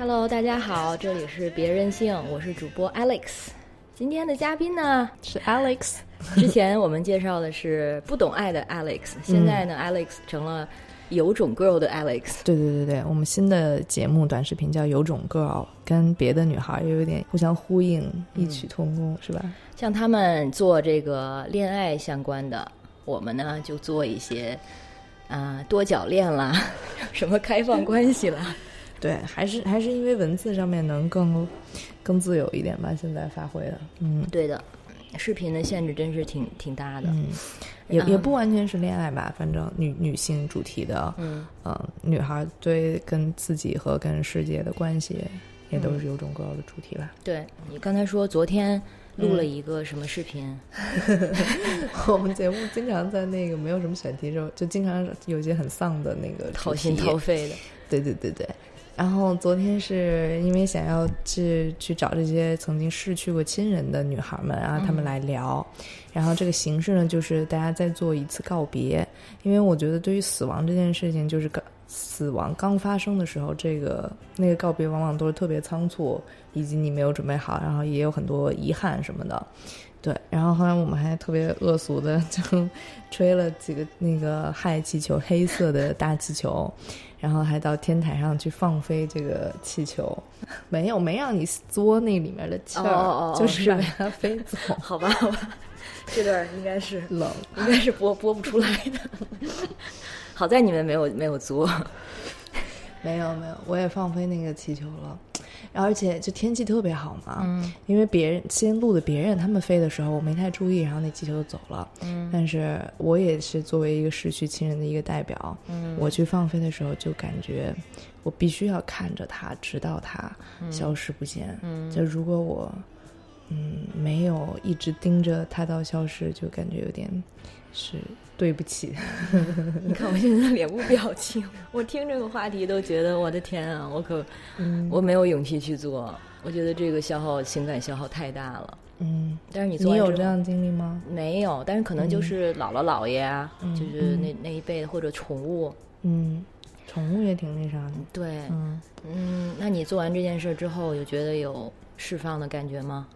Hello， 大家好，这里是别任性，我是主播 Alex。今天的嘉宾呢是 Alex。 之前我们介绍的是不懂爱的 Alex， 现在呢、Alex 成了有种 girl 的 Alex。 对对对对，我们新的节目短视频叫有种 girl， 跟别的女孩又有点互相呼应，异曲同工，是吧？ 像他们做这个恋爱相关的，我们呢就做一些多角恋啦，什么开放关系啦。 对，还是因为文字上面能更自由一点吧，现在发挥的。 对的，视频的限制真是挺大的。 也不完全是恋爱吧，反正女性主题的，女孩对跟自己和跟世界的关系也都是有种 girl 的主题吧。 对，你刚才说昨天录了一个什么视频？ 我们节目经常在那个没有什么选题的时候，就经常有一些很丧的那个掏心掏肺的。 对对对对。然后昨天是因为想要去找这些曾经失去过亲人的女孩们，然后他们来聊，然后这个形式呢就是大家再做一次告别，因为我觉得对于死亡这件事情，就是死亡刚发生的时候，那个告别往往都是特别仓促，以及你没有准备好，然后也有很多遗憾什么的。对，然后后来我们还特别恶俗的就吹了几个那个氦气球，黑色的大气球，然后还到天台上去放飞这个气球，没让你嘬那里面的气儿，就是让它飞走。 好吧，这段应该是冷， 应该是播不出来的。好在你们没有嘬。 没有，我也放飞那个气球了。而且就天气特别好嘛，因为别人先录的别人他们飞的时候我没太注意，然后那气球就走了。但是我也是作为一个失去亲人的一个代表，我去放飞的时候就感觉我必须要看着他，直到他消失不见。就如果我没有一直盯着他到消失，就感觉有点是对不起。 你看我现在的脸部表情，我听这个话题都觉得我的天啊，我没有勇气去做，我觉得这个情感消耗太大了。但是你有这样经历吗？ 没有，但是可能就是姥姥姥爷啊，就是那一辈的，或者宠物。 宠物也挺那啥的。 对。那你做完这件事之后有觉得有释放的感觉吗？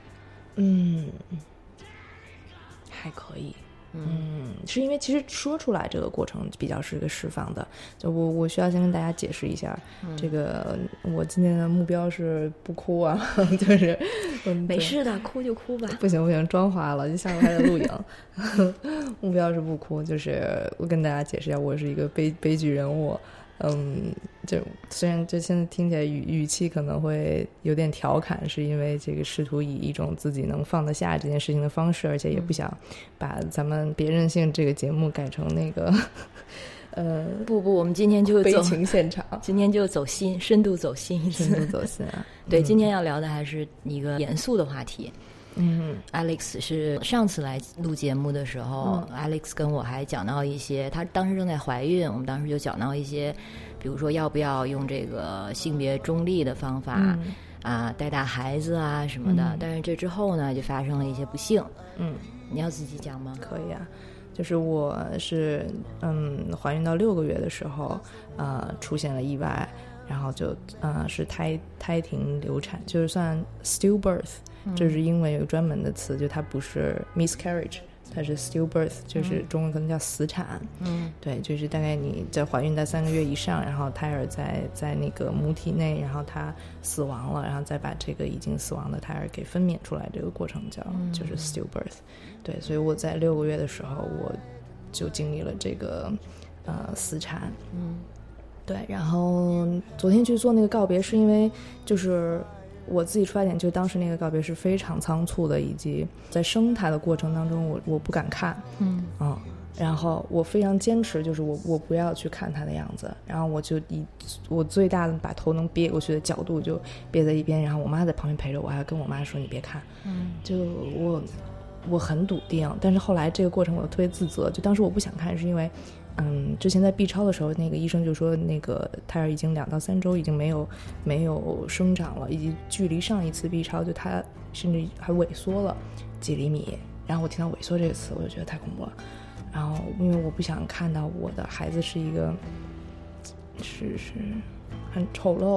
还可以。是因为其实说出来这个过程比较是一个释放的，就我需要先跟大家解释一下，这个我今天的目标是不哭啊，就是没事的，哭就哭吧。 不行，妆花了，就下午还得录影。目标是不哭，就是我跟大家解释一下，我是一个悲剧人物。就虽然就现在听起来语气可能会有点调侃，是因为这个试图以一种自己能放得下这件事情的方式，而且也不想把咱们别任性这个节目改成那个不，我们今天就悲情现场， 今天就走心，深度走心一次。 深度走心啊。 对，今天要聊的还是一个严肃的话题。Alex 是上次来录节目的时候，Alex 跟我还讲到一些，她当时正在怀孕，我们当时就讲到一些，比如说要不要用这个性别中立的方法带大孩子啊什么的。但是这之后呢，就发生了一些不幸。你要自己讲吗？ 可以啊。就是我是怀孕到6个月的时候出现了意外，然后就是胎停流产，就是算 stillbirth。这是英文有个专门的词，就它不是 miscarriage， 它是 stillbirth， 就是中文可能叫死产。对，就是大概你在怀孕在3个月以上，然后胎儿在那个母体内，然后它死亡了，然后再把这个已经死亡的胎儿给分娩出来，这个过程就是 stillbirth。对，所以我在6个月的时候我就经历了这个死产。对，然后昨天去做那个告别是因为就是我自己出发点，就当时那个告别是非常仓促的，以及在生他的过程当中我不敢看。然后我非常坚持，就是我不要去看他的样子，然后我就以我最大的把头能憋过去的角度就憋在一边，然后我妈在旁边陪着我，还跟我妈说你别看。就我很笃定，但是后来这个过程我特别自责，就当时我不想看是因为之前在 B 超的时候，那个医生就说那个胎儿已经2到3周已经没有生长了，以及距离上一次 B 超就他甚至还萎缩了几厘米。然后我听到萎缩这个词我就觉得太恐怖了，然后因为我不想看到我的孩子是一个是很丑陋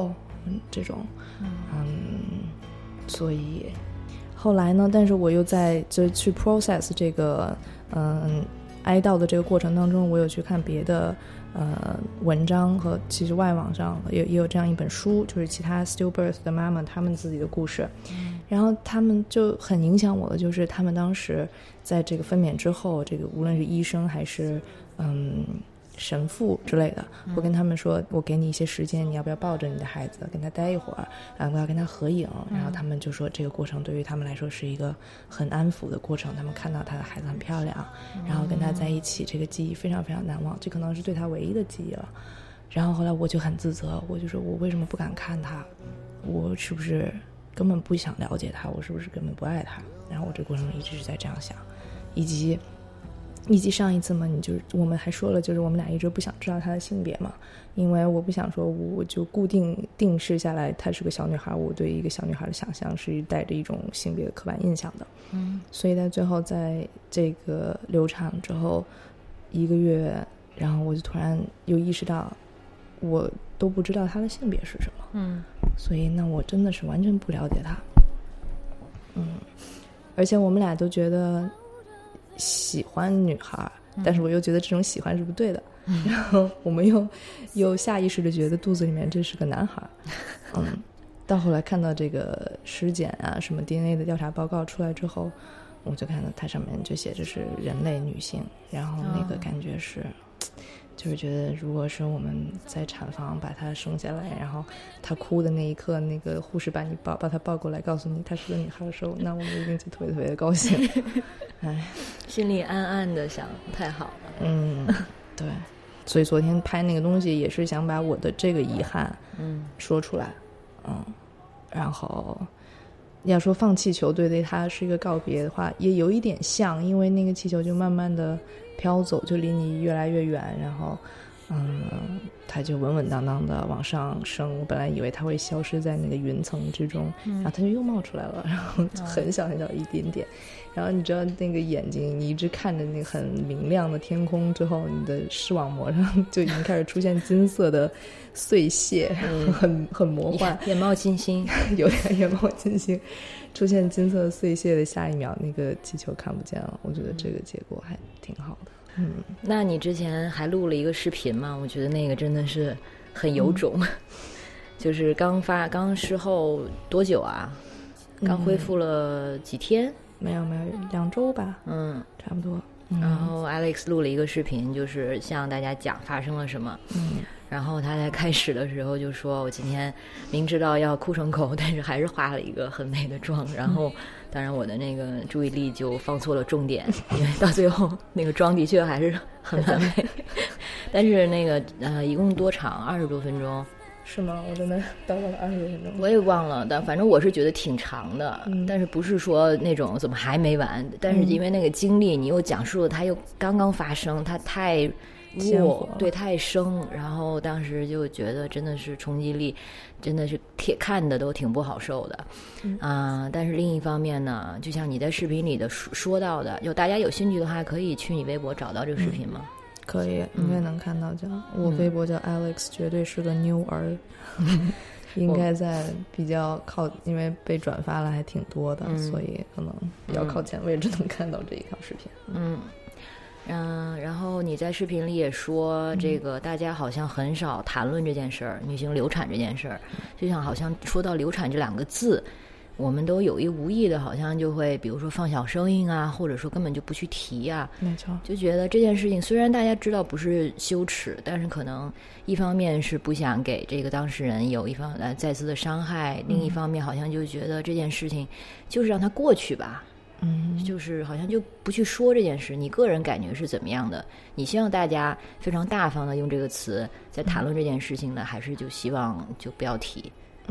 这种，所以后来呢，但是我又在就去 process 这个哀悼的这个过程当中，我有去看别的文章，和其实外网上也有这样一本书，就是其他 stillbirth 的妈妈他们自己的故事，然后他们就很影响我的，就是他们当时在这个分娩之后，这个无论是医生还是神父之类的，我跟他们说，我给你一些时间，你要不要抱着你的孩子跟他待一会儿，然后我要跟他合影，然后他们就说这个过程对于他们来说是一个很安抚的过程，他们看到他的孩子很漂亮，然后跟他在一起，这个记忆非常非常难忘，这可能是对他唯一的记忆了。然后后来我就很自责，我就说我为什么不敢看他，我是不是根本不想了解他，我是不是根本不爱他，然后我这个过程中一直是在这样想，以及上一次嘛，我们还说了，就是我们俩一直不想知道她的性别嘛，因为我不想说我就定式下来她是个小女孩，我对一个小女孩的想象是带着一种性别的刻板印象的，所以在最后在这个流产之后1个月，然后我就突然又意识到我都不知道她的性别是什么，所以那我真的是完全不了解她，而且我们俩都觉得喜欢女孩，但是我又觉得这种喜欢是不对的，然后我们又下意识的觉得肚子里面这是个男孩，到后来看到这个尸检啊什么 DNA 的调查报告出来之后，我就看到它上面就写着是人类女性，然后那个感觉是就是觉得如果是我们在产房把她生下来，然后她哭的那一刻，那个护士把她抱过来告诉你她是个女孩的时候，那我们一定就特别特别的高兴心里暗暗的想太好了， 对，所以昨天拍那个东西也是想把我的这个遗憾说出来，然后要说放气球对它是一个告别的话，也有一点像，因为那个气球就慢慢的飘走，就离你越来越远，然后它就稳稳当当的往上升，我本来以为它会消失在那个云层之中，然后它就又冒出来了，然后很小很小一点点，然后你知道那个眼睛你一直看着那个很明亮的天空之后，你的视网膜上就已经开始出现金色的碎屑，很魔幻， 眼冒金星有点眼冒金星，出现金色的碎屑的下一秒那个气球看不见了，我觉得这个结果还挺好的。 那你之前还录了一个视频吗？我觉得那个真的是很有种，就是刚事后多久啊？刚恢复了几天？ 没有2周吧，差不多。 然后 Alex 录了一个视频，就是向大家讲发生了什么。然后他在开始的时候就说，我今天明知道要哭成狗，但是还是化了一个很美的妆，然后当然我的那个注意力就放错了重点，因为到最后那个妆的确还是很完美但是那个一共多长？20多分钟是吗？我真的叨叨了20多分钟， 我也忘了，但反正我是觉得挺长的，但是不是说那种怎么还没完，但是因为那个经历你又讲述了它又刚刚发生，它太对，太生，然后当时就觉得真的是冲击力真的是看的都挺不好受的但是另一方面呢，就像你在视频里的说到的，就大家有兴趣的话可以去你微博找到这个视频吗？ 可以，应该能看到，叫我微博叫 Alex，绝对是个妞儿应该在比较靠，因为被转发了还挺多的，所以可能比较靠前位置能看到这一条视频。 然后你在视频里也说，这个大家好像很少谈论这件事儿，女性流产这件事儿，就像好像说到流产这2个字，我们都有意无意的，好像就会比如说放小声音啊，或者说根本就不去提啊。 没错， 就觉得这件事情虽然大家知道不是羞耻，但是可能一方面是不想给这个当事人有再次的伤害，另一方面好像就觉得这件事情就是让它过去吧。就是好像就不去说这件事。你个人感觉是怎么样的？你希望大家非常大方的用这个词在谈论这件事情呢，还是就希望就不要提？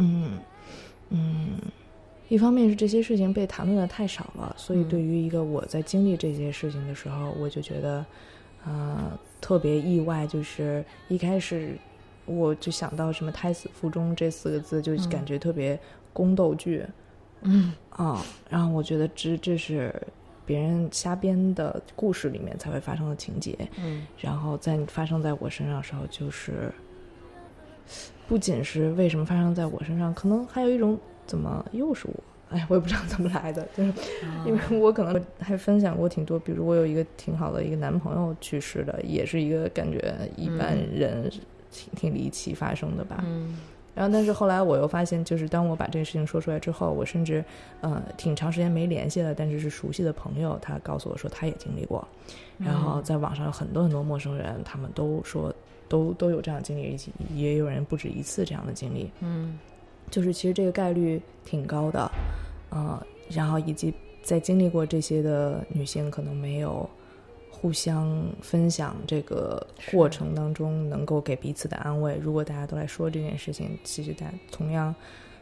一方面是这些事情被谈论的太少了，所以对于一个我在经历这些事情的时候，我就觉得特别意外，就是一开始我就想到什么胎死腹中这4个字，就感觉特别宫斗剧。然后我觉得这是别人瞎编的故事里面才会发生的情节，然后发生在我身上的时候，就是不仅是为什么发生在我身上，可能还有一种怎么又是我。我也不知道怎么来的，就是因为我可能还分享过挺多，比如我有一个挺好的一个男朋友去世的，也是一个感觉一般人挺离奇发生的吧。然后但是后来我又发现，就是当我把这个事情说出来之后，我甚至挺长时间没联系了，但是熟悉的朋友他告诉我说他也经历过，然后在网上有很多陌生人，他们都说都有这样的经历，也有人不止一次这样的经历。就是其实这个概率挺高的，然后以及在经历过这些的女性可能没有互相分享这个过程当中能够给彼此的安慰。如果大家都来说这件事情，其实大家同样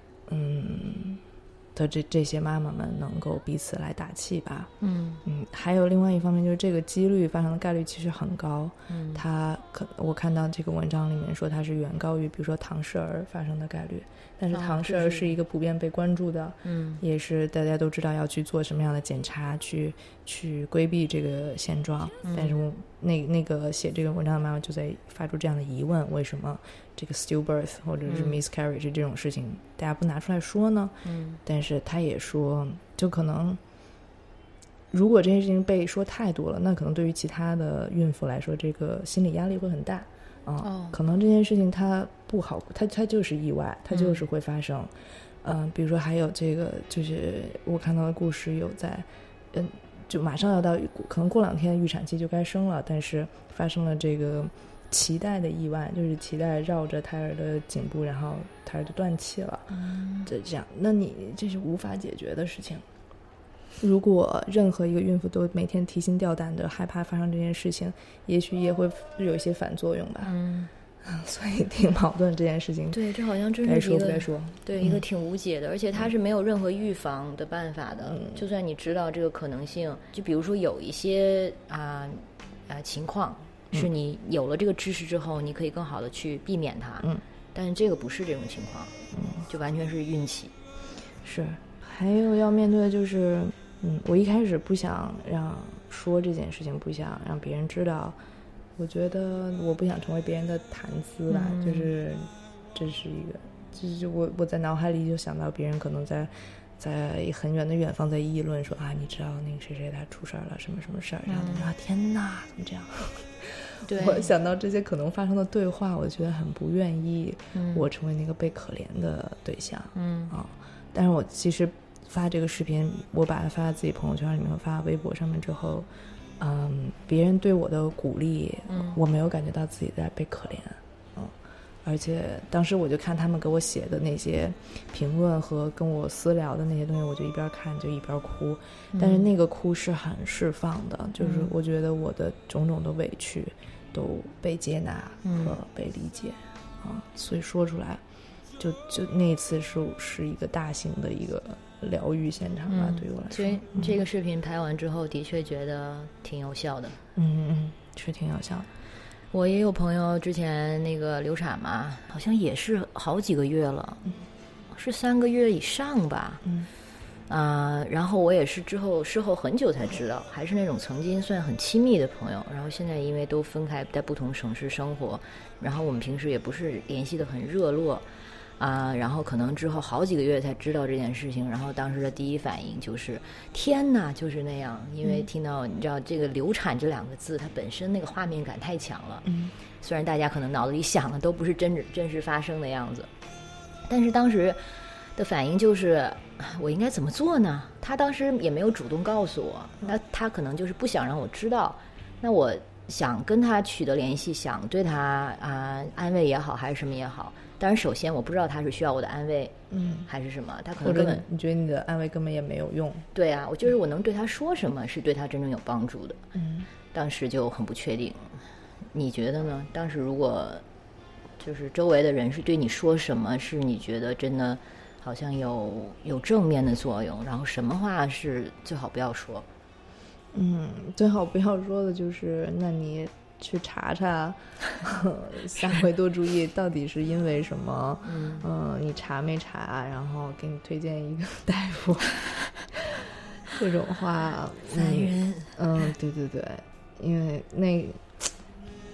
的这些妈妈们能够彼此来打气吧。还有另外一方面就是这个几率发生的概率其实很高。我看到这个文章里面说它是远高于比如说唐氏儿发生的概率，但是唐氏儿是一个普遍被关注的，也是大家都知道要去做什么样的检查去规避这个现状。但是那个写这个文章的妈妈就在发出这样的疑问，为什么这个 stillbirth 或者是 miscarriage 这种事情大家不拿出来说呢？但是他也说就可能如果这件事情被说太多了，那可能对于其他的孕妇来说这个心理压力会很大。可能这件事情它不好，它就是意外，它就是会发生。比如说还有这个就是我看到的故事有在就马上要到可能过2天预产期就该生了，但是发生了这个脐带的意外，就是脐带绕着胎儿的颈部，然后胎儿就断气了。这样，那你这是无法解决的事情。如果任何一个孕妇都每天提心吊胆的害怕发生这件事情，也许也会有一些反作用吧。所以挺矛盾这件事情。 对，这好像真是一个对一个挺无解的，而且它是没有任何预防的办法的。就算你知道这个可能性，就比如说有一些情况是你有了这个知识之后，你可以更好的去避免它。但是这个不是这种情况，就完全是运气。 是，还有要面对的就是，我一开始不想说这件事情，不想让别人知道。我觉得我不想成为别人的谈资吧，就是这是一个，就是我在脑海里就想到别人可能在很远的远方在议论说你知道那个谁谁他出事了什么什么事儿，然后他说天哪怎么这样。对，我想到这些可能发生的对话，我觉得很不愿意我成为那个被可怜的对象。但是我其实发这个视频，我把它发在自己朋友圈里面，发微博上面之后，别人对我的鼓励，我没有感觉到自己在被可怜。而且当时我就看他们给我写的那些评论和跟我私聊的那些东西，我就一边看就一边哭。但是那个哭是很释放的，就是我觉得我的种种的委屈都被接纳和被理解。所以说出来就那一次是一个大型的一个疗愈现场吧，对于我来说。 所以这个视频拍完之后的确觉得挺有效的。 是挺有效的。 我也有朋友之前那个流产嘛，好像也是好几个月了，是3个月以上吧。然后我也是事后很久才知道，还是那种曾经算很亲密的朋友，然后现在因为都分开在不同城市生活，然后我们平时也不是联系的很热络然后可能之后好几个月才知道这件事情，然后当时的第一反应就是天哪，就是那样。因为听到你知道这个流产这2个字，它本身那个画面感太强了。虽然大家可能脑子里想的都不是真实发生的样子，但是当时的反应就是我应该怎么做呢？他当时也没有主动告诉我，那他可能就是不想让我知道。那我想跟他取得联系，想对他安慰也好还是什么也好，当然首先我不知道他是需要我的安慰还是什么，他可能根本你觉得你的安慰根本也没有用。 对啊，我就是我能对他说什么是对他真正有帮助的。当时就很不确定。你觉得呢？当时如果就是周围的人是对你说什么是你觉得真的好像有正面的作用，然后什么话是最好不要说？ 最好不要说的就是那你去查查下回多注意到底是因为什么。你查没查，然后给你推荐一个大夫。这种话烦人。 对对对，因为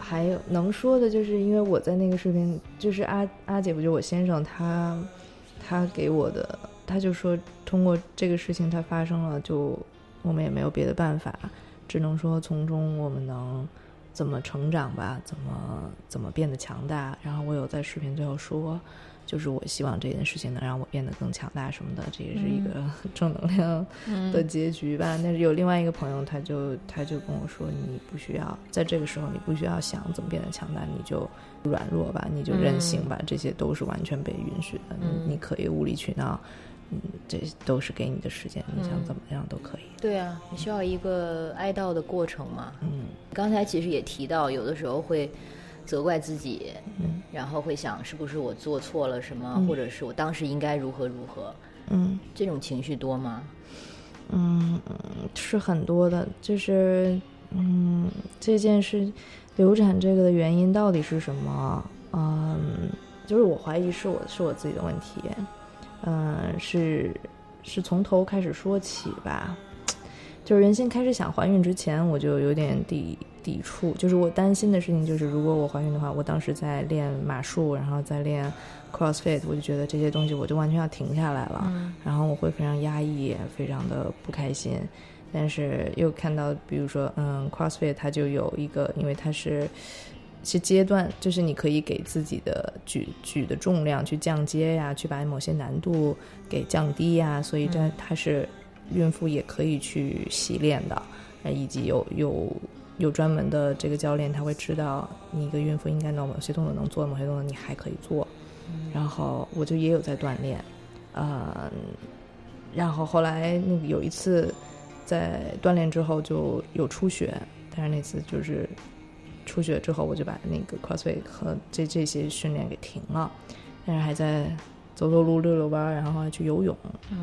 还有能说的就是因为我在那个视频就是阿姐不就我先生他给我的，他就说通过这个事情它发生了，就我们也没有别的办法，只能说从中我们能怎么成长吧，怎么变得强大。然后我有在视频最后说，就是我希望这件事情能让我变得更强大什么的，这也是一个正能量的结局吧。但是有另外一个朋友他就跟我说，你不需要在这个时候，你不需要想怎么变得强大，你就软弱吧，你就任性吧，这些都是完全被允许的。你可以无理取闹，这都是给你的时间，你想怎么样都可以。 对啊，你需要一个哀悼的过程嘛。刚才其实也提到，有的时候会责怪自己，然后会想是不是我做错了什么，或者是我当时应该如何如何。这种情绪多吗？ 是很多的，就是这件事流产这个的原因到底是什么？就是我怀疑是我自己的问题。是从头开始说起吧。就是人心开始想怀孕之前，我就有点抵触，就是我担心的事情就是如果我怀孕的话，我当时在练马术，然后在练 CrossFit， 我就觉得这些东西我就完全要停下来了，然后我会非常压抑，非常的不开心。但是又看到比如说CrossFit 它就有一个，因为它是阶段，就是你可以给自己的举的重量去降阶呀，去把某些难度给降低呀，所以它是孕妇也可以去习练的，以及有专门的这个教练，他会知道你一个孕妇应该某些动作能做，某些动作你还可以做。然后我就也有在锻炼，然后后来那个有一次在锻炼之后就有出血，但是那次就是出血之后我就把那个 CrossFit 和这些训练给停了，但是还在走路溜溜弯，然后还去游泳。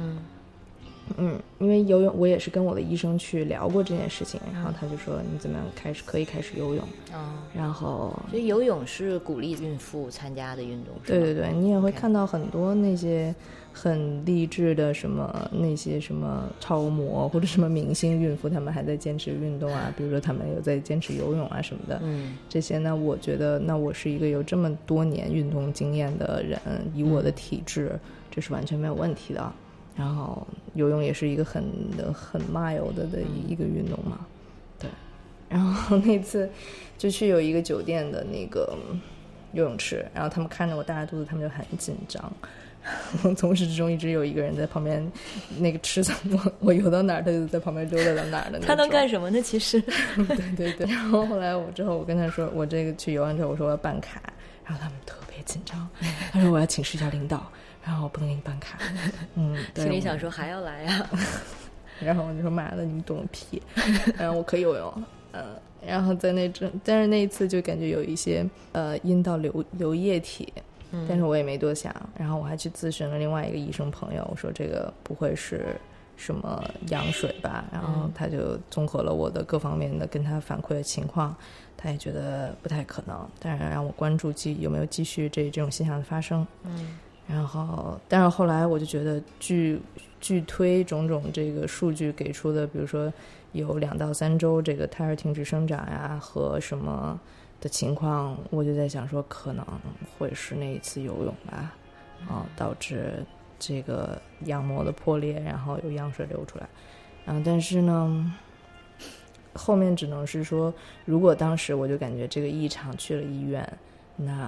因为游泳我也是跟我的医生去聊过这件事情，然后他就说你怎么样可以开始游泳。然后所以游泳是鼓励孕妇参加的运动。 对对对，你也会看到很多那些很励志的那些什么超模或者什么明星孕妇，他们还在坚持运动啊，比如说他们有在坚持游泳啊什么的。这些呢，我觉得那我是一个有这么多年运动经验的人，以我的体质这是完全没有问题的。然后游泳也是一个很 mild 的一个运动嘛。对，然后那次就去有一个酒店的那个游泳池，然后他们看着我大着肚子，他们就很紧张。从始至终一直有一个人在旁边，那个池子我游到哪儿他就在旁边溜达到哪儿的那种。 他能干什么呢其实？ 对对对。然后后来我跟他说我这个去游完之后我说我要办卡，然后他们特别紧张，他说我要请示一下领导，然后我不能给你办卡。 心里想说还要来啊。 然后我就说妈的你们懂个屁。然后我可以游泳。然后但是那一次就感觉有一些阴道流液体，但是我也没多想。然后我还去咨询了另外一个医生朋友，我说这个不会是什么羊水吧？然后他就综合了我的各方面的跟他反馈的情况，他也觉得不太可能，但是让我关注有没有继续这种现象的发生。然后但是后来我就觉得据推种种这个数据给出的，比如说有2到3周这个胎儿停止生长呀和什么的情况，我就在想说可能会是那一次游泳吧，导致这个羊膜的破裂，然后有羊水流出来。但是呢后面只能是说，如果当时我就感觉这个异常去了医院，那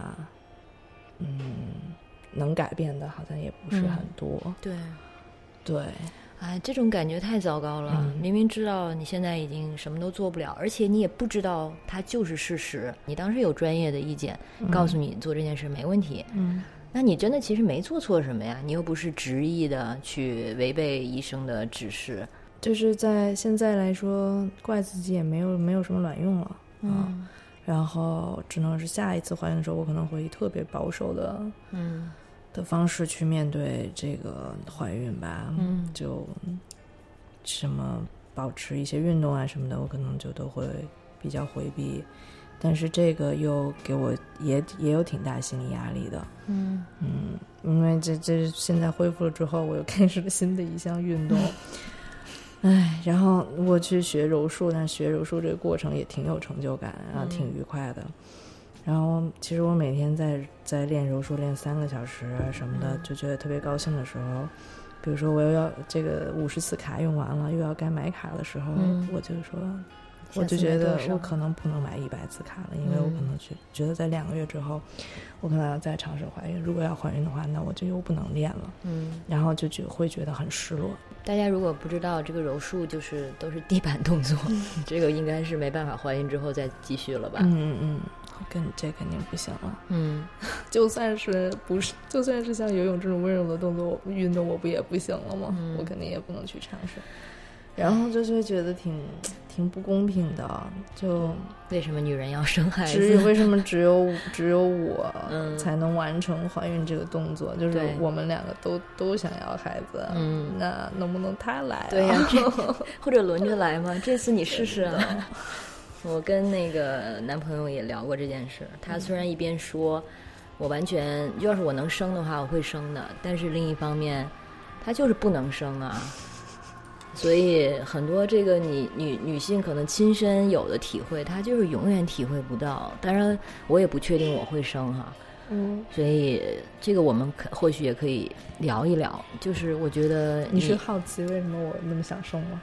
能改变的好像也不是很多。对， 哎，这种感觉太糟糕了。明明知道你现在已经什么都做不了，而且你也不知道它就是事实。你当时有专业的意见告诉你做这件事没问题，那你真的其实没做错什么呀，你又不是执意的去违背医生的指示。 就是在现在来说怪自己也没有什么卵用了。然后只能是下一次怀孕的时候我可能会以特别保守的方式去面对这个怀孕吧。就什么保持一些运动啊什么的我可能就都会比较回避，但是这个又给我也有挺大心理压力的。因为这现在恢复了之后我又开始了新的一项运动。 然后我去学柔术，但是学柔术这个过程也挺有成就感，然后挺愉快的。然后其实我每天在练柔术练3个小时什么的，就觉得特别高兴的时候，比如说我又要这个50次卡用完了，又要该买卡的时候，我就说，我就觉得我可能不能买100次卡了，因为我可能觉得在2个月之后，我可能要再尝试怀孕。如果要怀孕的话，那我就又不能练了。然后就会觉得很失落。 大家如果不知道，这个柔术就是都是地板动作，这个应该是没办法怀孕之后再继续了吧？ 这肯定不行了。就算是像游泳这种温柔的动作运动，我不也不行了吗？我肯定也不能去尝试。然后就会觉得挺不公平的，就为什么女人要生孩子？ 为什么只有我才能完成怀孕这个动作？就是我们2个都想要孩子，那能不能他来啊？ 对呀，或者轮着来嘛？这次你试试啊。我跟那个男朋友也聊过这件事，他虽然一边说我完全要是我能生的话我会生的，但是另一方面他就是不能生啊。所以很多这个女性可能亲身有的体会，她就是永远体会不到。当然我也不确定我会生哈，所以这个我们或许也可以聊一聊。就是我觉得你是好奇为什么我那么想生吗？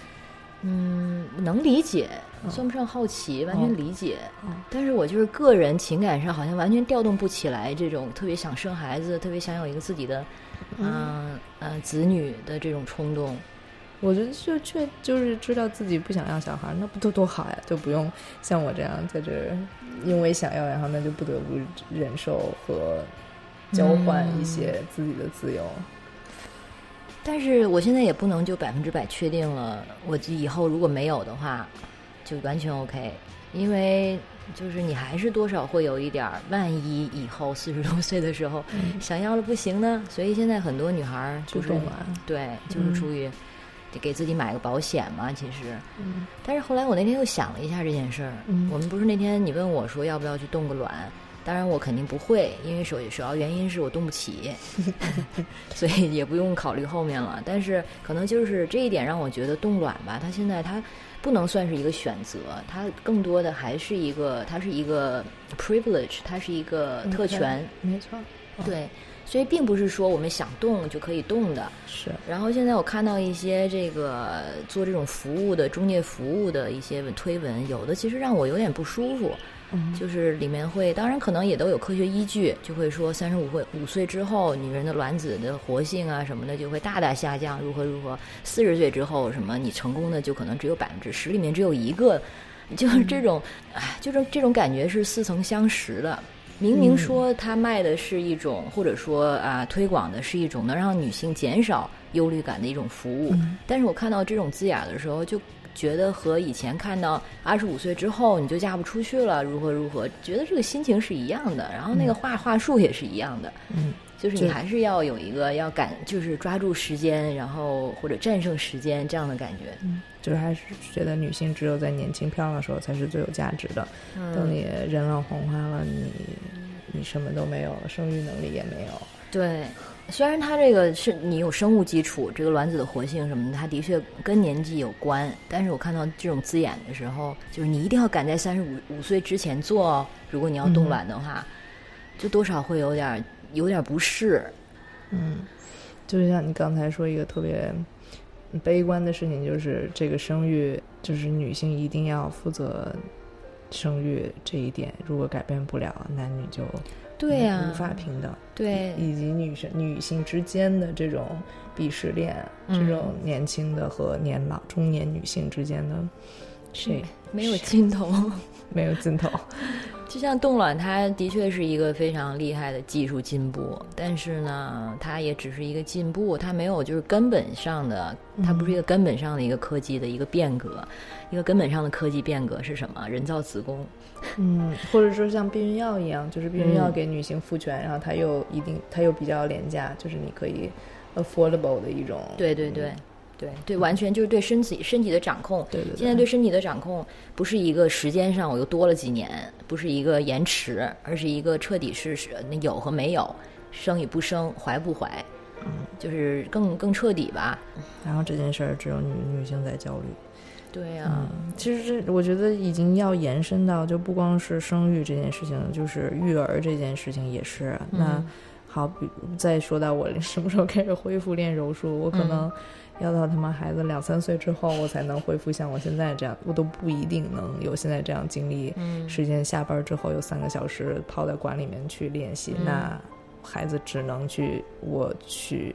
能理解，算不上好奇，完全理解。但是我就是个人情感上好像完全调动不起来这种特别想生孩子，特别想有一个自己的子女的这种冲动。 我觉得就是知道自己不想要小孩，那不多好呀，就不用像我这样在这因为想要，然后那就不得不忍受和交换一些自己的自由。 但是我现在也不能就100%确定了，我以后如果没有的话就完全 OK， 因为就是你还是多少会有一点万一以后40多岁的时候想要了不行呢，所以现在很多女孩就是对，就是出于得给自己买个保险嘛，其实但是后来我那天又想了一下这件事儿，我们不是那天你问我说要不要去冻个卵，当然我肯定不会，因为首要原因是我冻不起所以也不用考虑后面了。但是可能就是这一点让我觉得冻卵吧，它现在它不能算是一个选择，它更多的还是一个，它是一个 privilege， 它是一个特权。 没错， 对，所以并不是说我们想动就可以动的。 是。然后现在我看到一些这个做这种服务的中介服务的一些推文，有的其实让我有点不舒服。就是里面会，当然可能也都有科学依据，就会说35岁之后女人的卵子的活性啊什么的就会大大下降，如何40岁之后什么你成功的就可能只有10%里面只有1个，就是这种就是这种感觉是似曾相识的。明明说他卖的是一种或者说推广的是一种能让女性减少忧虑感的一种服务，但是我看到这种字眼的时候就觉得和以前看到25岁之后你就嫁不出去了如何，觉得这个心情是一样的，然后那个话术也是一样的。就是你还是要有一个要就是抓住时间，然后或者战胜时间这样的感觉。 就是还是觉得女性只有在年轻漂亮的时候才是最有价值的。等你人老黄花了，你什么都没有了，生育能力也没有。 对，虽然它这个是你有生物基础，这个卵子的活性什么的，它的确跟年纪有关。但是我看到这种字眼的时候，就是你一定要赶在35岁之前做哦。如果你要冻卵的话，就多少会有点不适。 就是像你刚才说一个特别悲观的事情，就是这个生育，就是女性一定要负责生育这一点，如果改变不了，男女就对呀， 无法平等。 对， 以及女性之间的这种鄙视链，这种年轻的和中年女性之间的没有尽头没有尽头。 就像冻卵，它的确是一个非常厉害的技术进步，但是呢它也只是一个进步，它没有就是根本上的，它不是一个根本上的一个科技的一个变革。一个根本上的科技变革是什么？人造子宫。 或者说像避孕药一样，就是避孕药给女性赋权，然后它又比较廉价，就是你可以 affordable 的一种。 对，完全就是对身体的掌控。 对， 现在对身体的掌控不是一个时间上我又多了几年，不是一个延迟，而是一个彻底是有和没有，生与不生，怀不怀。 就是更彻底吧。 然后这件事儿只有女性在焦虑。 对呀， 其实我觉得已经要延伸到，就不光是生育这件事情，就是育儿这件事情也是。那好，再说到我什么时候开始恢复练柔术，我可能要到他们孩子2-3岁之后，我才能恢复像我现在这样，我都不一定能有现在这样精力。时间下班之后有3个小时泡在馆里面去练习，那孩子只能我去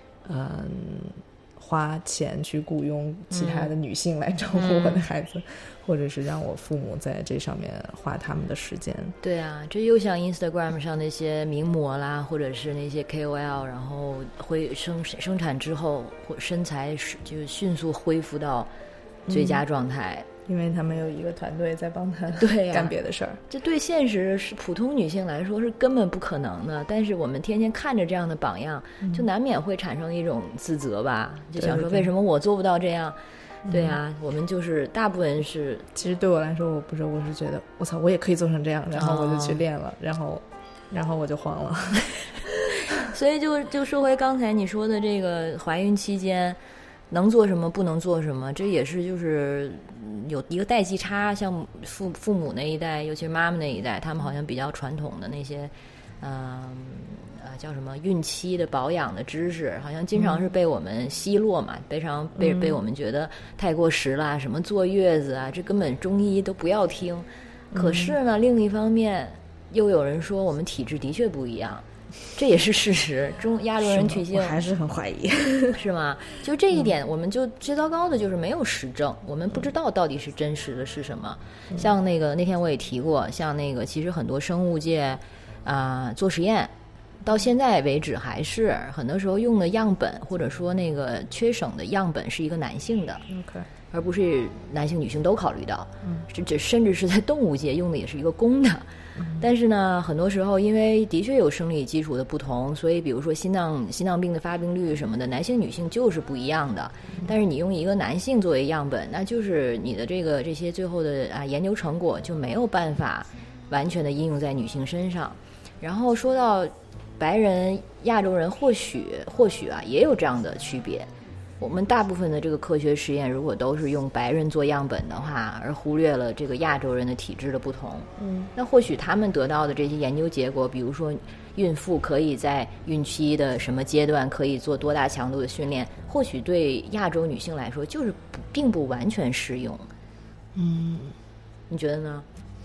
花钱去雇佣其他的女性来照顾我的孩子，或者是让我父母在这上面花他们的时间。 对啊，这又像 Instagram 上那些名模啦，或者是那些 KOL， 然后会生产之后身材就迅速恢复到最佳状态。 因为他们有一个团队在帮他干别的事儿， 这对现实是普通女性来说是根本不可能的。但是我们天天看着这样的榜样，就难免会产生一种自责吧，就想说为什么我做不到这样。对啊，我们就是大部分是， 其实对我来说，我是觉得我操，我也可以做成这样，然后我就去练了，然后我就慌了。 所以就说回刚才你说的这个怀孕期间能做什么不能做什么，这也是就是有一个代际差。像父母那一代，尤其是妈妈那一代，他们好像比较传统的那些叫什么孕期的保养的知识，好像经常是被我们奚落嘛，被我们觉得太过时了，什么坐月子啊，这根本中医都不要听。可是呢，另一方面又有人说我们体质的确不一样，这也是事实。亚洲人体性， 我还是很怀疑， 是吗？就这一点，我们就最糟糕的就是没有实证，我们不知道到底是真实的是什么。像那天我也提过，像其实很多生物界做实验，到现在为止还是很多时候用的样本，或者说那个缺省的样本是一个男性的。 OK。 而不是男性女性都考虑到，甚至是在动物界用的也是一个公的。但是呢，很多时候因为的确有生理基础的不同，所以比如说心脏病的发病率什么的，男性女性就是不一样的。但是你用一个男性作为样本，那就是你的这些最后的研究成果就没有办法完全的应用在女性身上。然后说到白人、亚洲人，或许也有这样的区别。我们大部分的这个科学实验，如果都是用白人做样本的话，而忽略了这个亚洲人的体质的不同，那或许他们得到的这些研究结果，比如说孕妇可以在孕期的什么阶段可以做多大强度的训练，或许对亚洲女性来说就是并不完全适用。你觉得呢？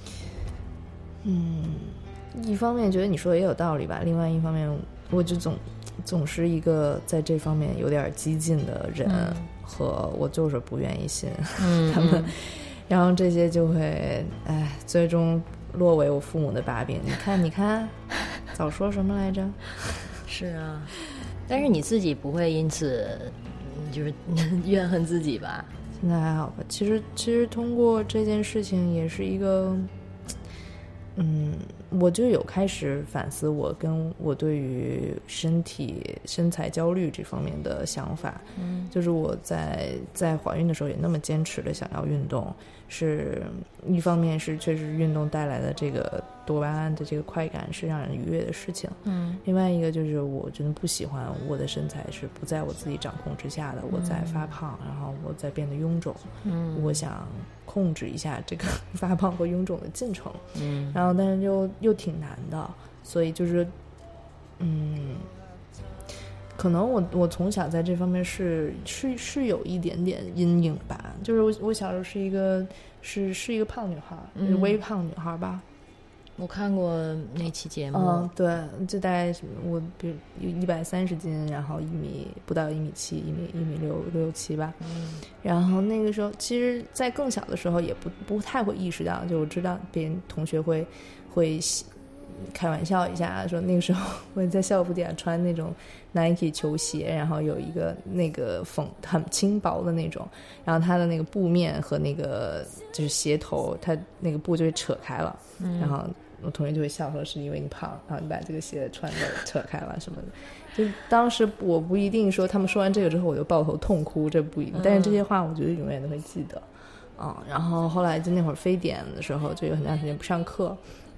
一方面觉得你说的也有道理吧，另外一方面我就总是一个在这方面有点激进的人，和我就是不愿意信他们，然后这些就会最终落为我父母的把柄。你看早说什么来着。 是啊，但是你自己不会因此就是怨恨自己吧？ 现在还好吧。其实通过这件事情也是一个我就有开始反思我跟我对于身材焦虑这方面的想法。就是我在怀孕的时候也那么坚持的想要运动，是一方面是确实运动带来的这个多巴胺的这个快感是让人愉悦的事情，另外一个就是我真的不喜欢我的身材是不在我自己掌控之下的，我在发胖，然后我在变得臃肿，我想控制一下这个发胖和臃肿的进程，然后但是又挺难的，所以就是可能我从小在这方面是有一点点阴影吧，就是我小时候是一个胖女孩，微胖女孩吧。 我看过那期节目， 对，就大概我比如130斤，然后不到1.7米，1.6、1.7吧。然后那个时候，其实在更小的时候也不太会意识到，就我知道别人同学会开玩笑一下，说那个时候我在校服底下穿那种 Nike 球鞋，然后有一个那个缝很轻薄的那种，然后它的那个布面和那个就是鞋头，它那个布就会扯开了，然后我同学就会笑说是因为你胖，然后你把这个鞋穿的扯开了什么的。就当时我不一定说他们说完这个之后我就抱头痛哭，这不一定，但是这些话我觉得永远都会记得。然后后来就那会儿非典的时候就有很长时间不上课，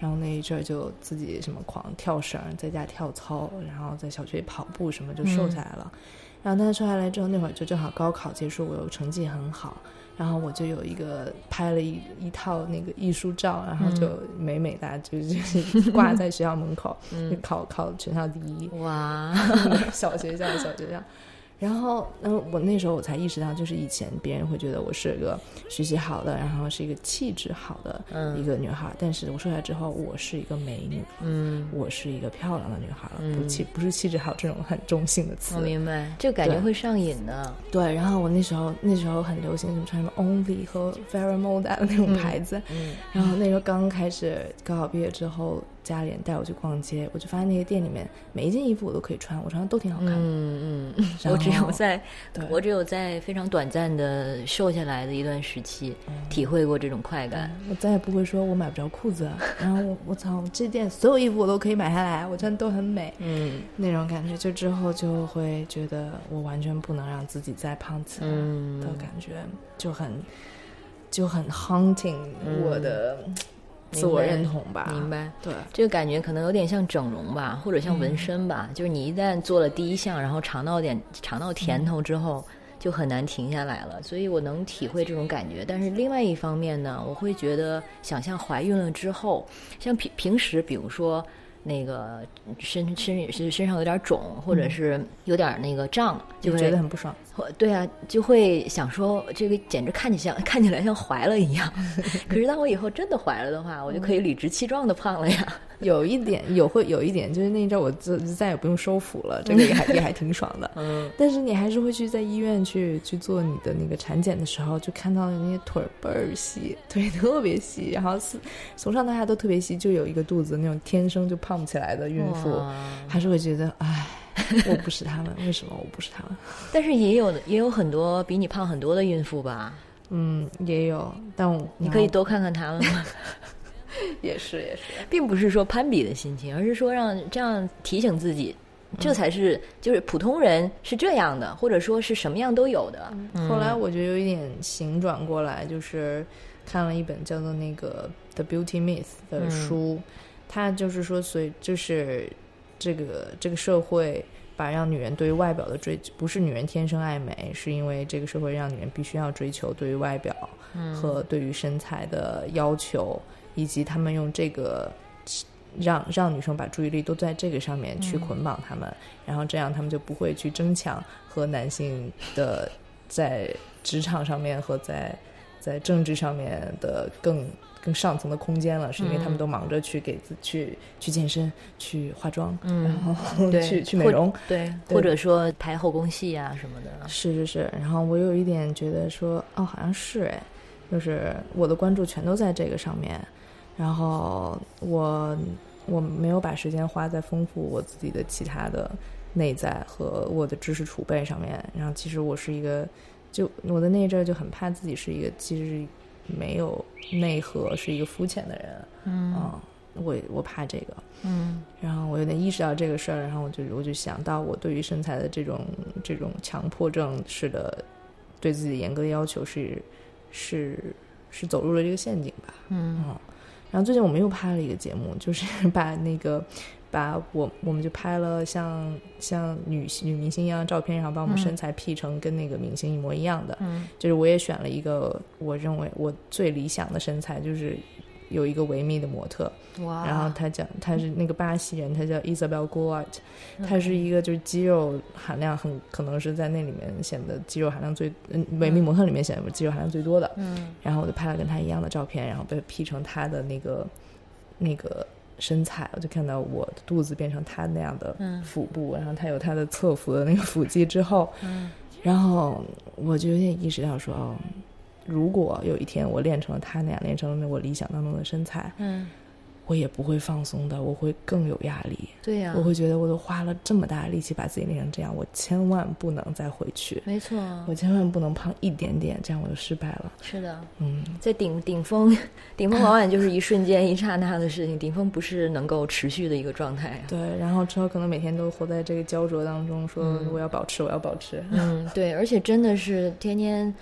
然后那一阵儿就自己什么狂跳绳，在家跳操，然后在小区里跑步什么就瘦下来了。然后但是瘦下来之后，那会儿就正好高考结束，我又成绩很好，然后我就有一个拍了一套那个艺术照，然后就美美哒就是挂在学校门口，就考全校第一。 哇， 小学校。然后我那时候我才意识到，就是以前别人会觉得我是个学习好的，然后是一个气质好的一个女孩，但是我说出来之后，我是一个美女，我是一个漂亮的女孩了，不是气质好这种很中性的词。 我明白，这个感觉会上瘾的。 对，然后我那时候很流行什么穿什么 Only 和 Vera Moda 那种牌子，然后那时候刚开始高考毕业之后，家里人带我去逛街，我就发现那个店里面每一件衣服我都可以穿，我穿的都挺好看的。 我只有在非常短暂的瘦下来的一段时期，体会过这种快感。 我再也不会说我买不着裤子，然后我操，这件所有衣服我都可以买下来，我穿的都很美。那种感觉，就之后就会觉得我完全不能让自己再胖起来的感觉，就很 haunting 我的自我认同吧。 明白， 对， 这个感觉可能有点像整容吧，或者像纹身吧，就是你一旦做了第一项，然后尝到甜头之后，就很难停下来了。所以我能体会这种感觉。但是另外一方面呢，我会觉得想象怀孕了之后，像平时比如说那个身上有点肿，或者是有点那个胀，就会觉得很不爽。 对啊，就会想说这个简直看起来像怀了一样。可是当我以后真的怀了的话，我就可以理直气壮的胖了呀。 有一点，就是那阵我就再也不用收腹了，这个也还挺爽的。但是你还是会去在医院去做你的那个产检的时候，就看到那些腿倍儿细，腿特别细，然后从上到下都特别细，就有一个肚子那种天生就胖不起来的孕妇，还是会觉得哎。我不是他们，为什么我不是他们？ 但是也有很多比你胖很多的孕妇吧？ 也有，但你可以多看看他们吗？ 也是， 并不是说攀比的心情，而是说这样提醒自己，这才是就是普通人是这样的，或者说是什么样都有的。 后来我就有一点醒转过来，就是看了一本叫做那个《The Beauty Myth》的书，它就是说，所以就是这个社会把让女人对于外表的追求，不是女人天生爱美，是因为这个社会让女人必须要追求对于外表和对于身材的要求，以及他们用这个让女生把注意力都在这个上面去捆绑他们，然后这样他们就不会去争抢和男性的在职场上面和在政治上面的更上层的空间了，是因为他们都忙着去健身、去化妆，然后去美容， 对，或者说拍后宫戏啊什么的。 是。然后我有一点觉得说，好像是就是我的关注全都在这个上面，然后我没有把时间花在丰富我自己的其他的内在和我的知识储备上面。然后其实我是一个，就我的那阵儿就很怕自己是一个其实没有内核，是一个肤浅的人。我怕这个。然后我有点意识到这个事儿，然后我就想到我对于身材的这种强迫症式的对自己严格的要求是走入了这个陷阱吧。然后最近我们又拍了一个节目，就是把我们就拍了像女明星一样的照片，然后把我们身材 P 成跟那个明星一模一样的。就是我也选了一个我认为我最理想的身材，就是有一个维密的模特，然后他是那个巴西人，他叫 Isabel Goulart，他是一个就是肌肉含量很可能是在那里面显得肌肉含量最维密模特里面显得肌肉含量最多的。然后我就拍了跟他一样的照片，然后被 P 成他的那个身材，我就看到我的肚子变成他那样的腹部，然后他有他的侧腹的那个腹肌之后，然后我就有点意识到说，如果有一天我练成了他那样，练成了我理想当中的身材，我也不会放松的，我会更有压力。 对呀， 我会觉得我都花了这么大的力气把自己练成这样，我千万不能再回去。 没错， 我千万不能胖一点点，这样我就失败了。 是的，在顶峰往往就是一瞬间一刹那的事情，顶峰不是能够持续的一个状态。 对，然后之后可能每天都活在这个焦灼当中，说我要保持，我要保持。 对，而且真的是天天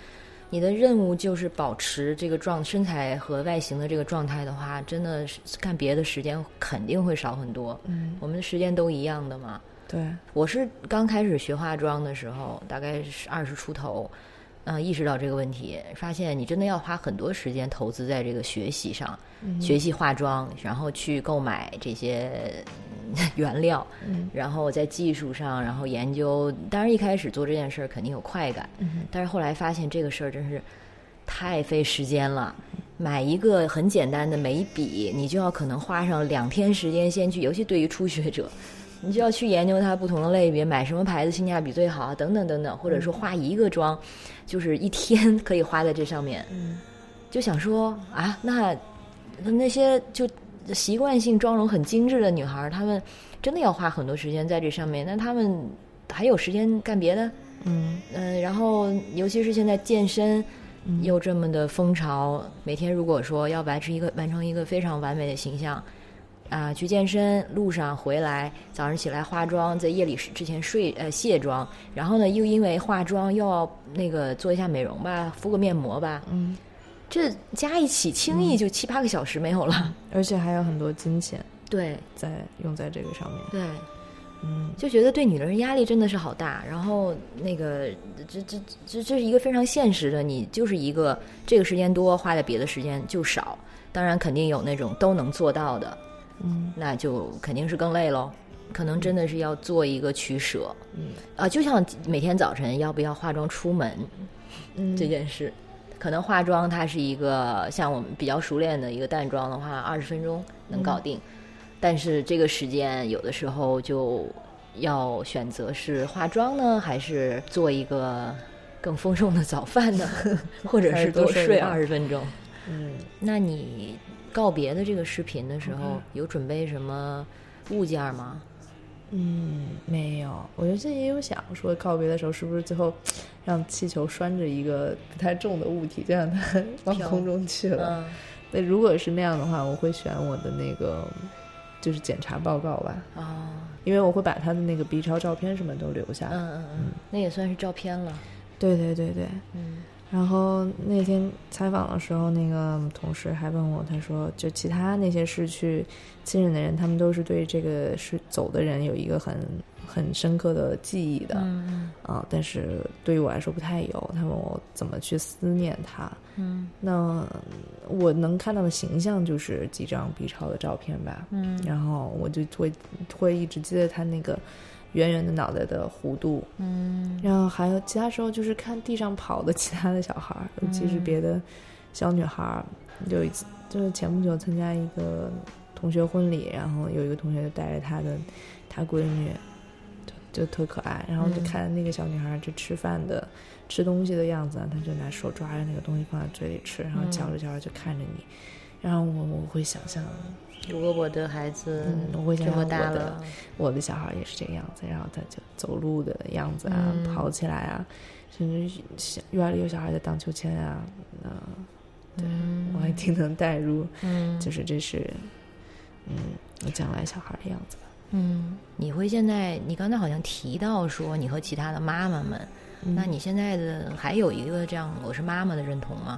你的任务就是保持这个身材和外形的这个状态的话，真的是干别的时间肯定会少很多。我们的时间都一样的嘛。 对， 我是刚开始学化妆的时候，大概是20出头，意识到这个问题，发现你真的要花很多时间投资在这个学习上，学习化妆，然后去购买这些原料，然后在技术上，然后研究。当然一开始做这件事儿肯定有快感，但是后来发现这个事儿真是太费时间了。买一个很简单的眉笔，你就要可能花上2天时间先去，尤其对于初学者，你就要去研究它不同的类别，买什么牌子性价比最好，等等等等，或者说画一个妆，就是1天可以花在这上面。就想说啊，那些就习惯性妆容很精致的女孩，她们真的要花很多时间在这上面，那她们还有时间干别的？然后尤其是现在健身又这么的风潮，每天如果说要完成一个非常完美的形象去健身，路上回来，早上起来化妆，在夜里之前卸妆，然后呢又因为化妆又要那个做一下美容吧，敷个面膜吧，这加一起轻易就7-8个小时没有了， 而且还有很多金钱对用在这个上面。 对，就觉得对女人压力真的是好大。然后那个这是一个非常现实的，你就是一个这个时间多，花在别的时间就少。当然肯定有那种都能做到的，那就肯定是更累咯，可能真的是要做一个取舍。就像每天早晨要不要化妆出门这件事，可能化妆它是一个像我们比较熟练的一个淡妆的话20分钟能搞定，但是这个时间有的时候就要选择是化妆呢，还是做一个更丰盛的早饭呢或者是多睡20分钟。那你告别的这个视频的时候有准备什么物件吗？ 没有。我原先也有想说告别的时候是不是最后让气球拴着一个不太重的物体，就让它往空中去了。那如果是那样的话，我会选我的那个就是检查报告吧。因为我会把他的那个 B 超照片什么都留下。 那也算是照片了。 对。然后那天采访的时候，那个同事还问我，他说就其他那些失去亲人的人，他们都是对这个是走的人有一个很深刻的记忆的。但是对于我来说不太有。他问我怎么去思念他。那我能看到的形象就是几张 B 超的照片吧。然后我就会一直记得他那个圆圆的脑袋的弧度。然后还有其他时候就是看地上跑的其他的小孩，尤其是别的小女孩。有一次就是前不久参加一个同学婚礼，然后有一个同学就带着她闺女，就特可爱。然后就看那个小女孩就吃东西的样子，她就拿手抓着那个东西放在嘴里吃，然后嚼着嚼着就看着你。然后我会想象， 如果我的孩子我会想象这么大了， 我的小孩也是这个样子，然后他就走路的样子啊，跑起来啊，甚至院里有小孩在荡秋千啊。对，我还挺能带入。就是这是我将来小孩的样子吧。 你刚才好像提到说你和其他的妈妈们，那你现在的还有一个这样我是妈妈的认同吗？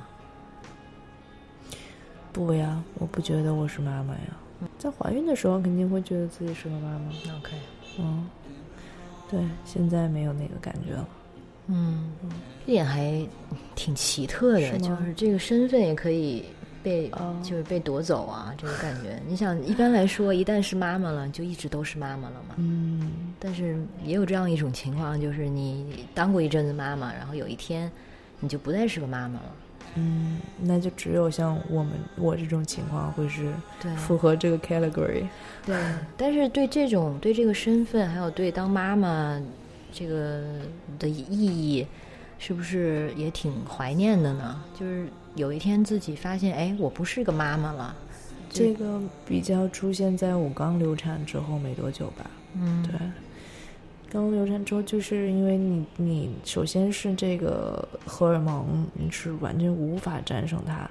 不呀，我不觉得我是妈妈呀。在怀孕的时候肯定会觉得自己是个妈妈。 OK。 对，现在没有那个感觉了。 这点还挺奇特的，就是这个身份也可以就是被夺走啊，这个感觉。你想，一般来说一旦是妈妈了就一直都是妈妈了嘛。但是也有这样一种情况，就是你当过一阵子妈妈，然后有一天你就不再是个妈妈了。 那就只有像我这种情况会是符合这个 category。 对，但是对这个身份还有对当妈妈这个的意义是不是也挺怀念的呢？就是有一天自己发现我不是个妈妈了。 这个比较出现在我刚流产之后没多久吧。对，刚流产之后，就是因为你首先是这个荷尔蒙你是完全无法战胜它，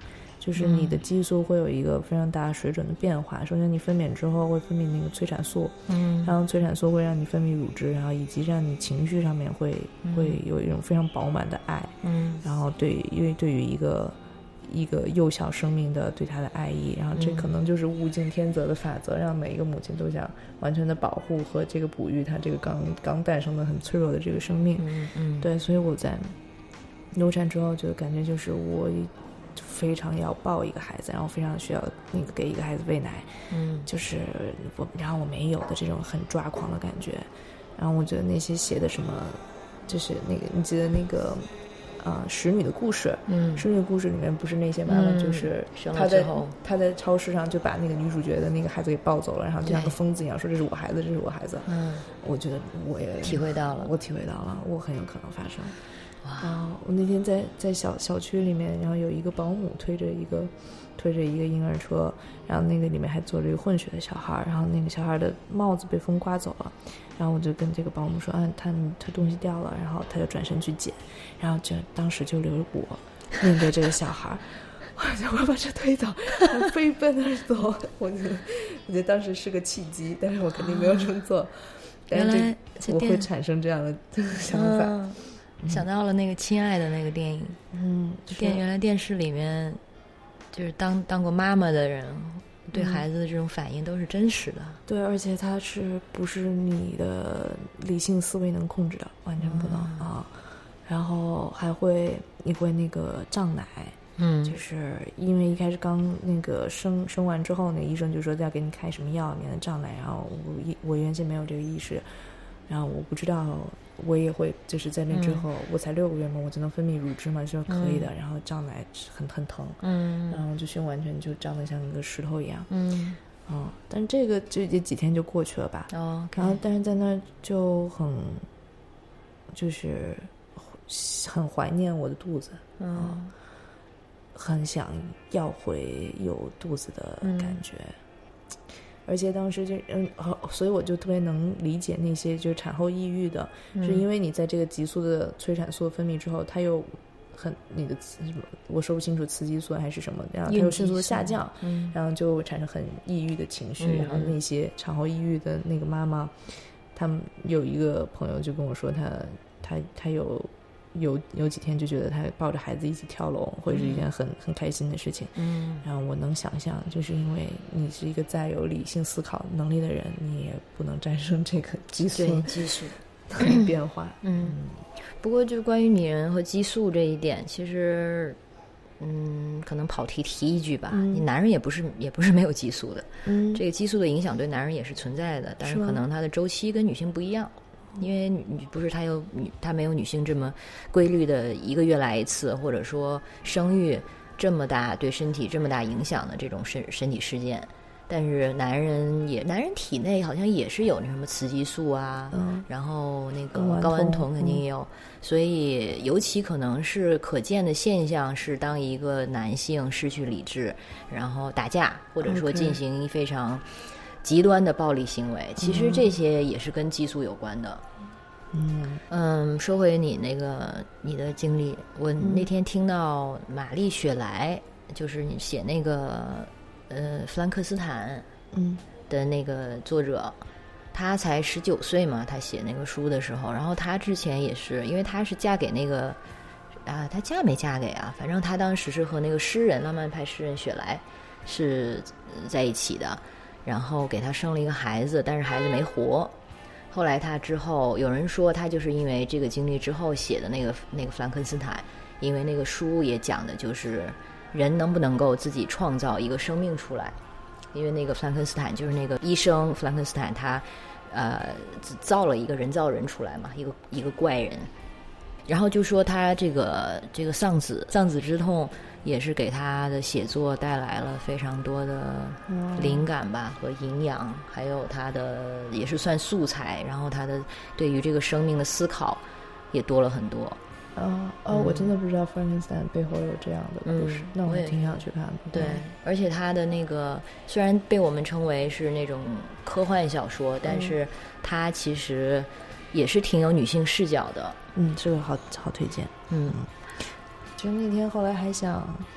就是你的激素会有一个非常大水准的变化。首先你分娩之后会分泌那个催产素，然后催产素会让你分泌乳汁，然后以及让你情绪上面会有一种非常饱满的爱，然后因为对于一个幼小生命的对他的爱意，然后这可能就是物竞天择的法则，让每一个母亲都想完全的保护和这个哺育他这个刚诞生的很脆弱的这个生命。对，所以我在流产之后就感觉就是我非常要抱一个孩子，然后非常需要那个给一个孩子喂奶，就是然后我没有的这种很抓狂的感觉。然后我觉得那些写的什么，就是那个你记得那个使女的故事，使女的故事里面不是那些妈妈就是她在超市上就把那个女主角的那个孩子给抱走了，然后就像个疯子一样说这是我孩子，这是我孩子。我觉得我也体会到了， 我很有可能发生。我那天在小区里面，然后有一个保姆推着一个婴儿车，然后那个里面还坐着一个混血的小孩，然后那个小孩的帽子被风刮走了，然后我就跟这个保姆说他东西掉了，然后他就转身去捡，然后当时就留我面对这个小孩，我要把车推走，飞奔而走。我觉得当时是个契机，但是我肯定没有这么做，但是我会产生这样的想法。 想到了那个亲爱的那个电影，原来电视里面就是当过妈妈的人对孩子的这种反应都是真实的。 对，而且它不是你的理性思维能控制的，完全不能然后你会那个胀奶，就是因为一开始刚那个生完之后，那医生就说要给你开什么药免得胀奶，然后我原先没有这个意识，然后我不知道。我也会就是在那之后，我才6个月嘛，我就能分泌乳汁嘛，就说可以的。然后胀奶很疼，然后就胸完全就胀得像一个石头一样，但是这个就也几天就过去了吧。然后但是在那就很怀念我的肚子，很想要回有肚子的感觉。而且当时所以我就特别能理解那些就是产后抑郁的，是因为你在这个急速的催产素分泌之后，它又你的我说不清楚雌激素还是什么，然后它又迅速的下降，然后就产生很抑郁的情绪。然后那些产后抑郁的那个妈妈，他们有一个朋友就跟我说，他有几天就觉得他抱着孩子一起跳楼会是一件很开心的事情。然后我能想象，就是因为你是一个再有理性思考能力的人，你也不能战胜这个激素的变化。 不过就关于女人和激素这一点，其实可能跑题提一句吧，你男人也不是没有激素的，这个激素的影响对男人也是存在的，但是可能它的周期跟女性不一样。因为不是他没有女性这么规律的1个月来一次，或者说生育这么大对身体这么大影响的这种身体事件。但是男人体内好像也是有那什么雌激素啊，然后那个睾丸酮肯定也有，所以尤其可能是可见的现象是，当一个男性失去理智，然后打架或者说进行非常极端的暴力行为，其实这些也是跟激素有关的。说回你的经历，我那天听到玛丽雪莱，就是你写那个弗兰克斯坦的那个作者，他才19岁嘛，他写那个书的时候，然后他之前也是，因为他是嫁给那个他嫁没嫁给啊？反正他当时是和那个浪漫派诗人雪莱是在一起的。然后给他生了一个孩子，但是孩子没活。后来他之后有人说他就是因为这个经历之后写的那个弗兰肯斯坦，因为那个书也讲的就是人能不能够自己创造一个生命出来。因为那个弗兰肯斯坦就是那个医生弗兰肯斯坦，他造了一个人造人出来嘛，一个怪人。然后就说他这个丧子之痛也是给他的写作带来了非常多的灵感吧和营养，还有他的也是算素材，然后他的对于这个生命的思考也多了很多。 我真的不知道 Frankenstein 背后有这样的故事，那我也挺想去看的。 对，而且他的那个虽然被我们称为是那种科幻小说，但是他其实也是挺有女性视角的。 这个好推荐。就那天后来还想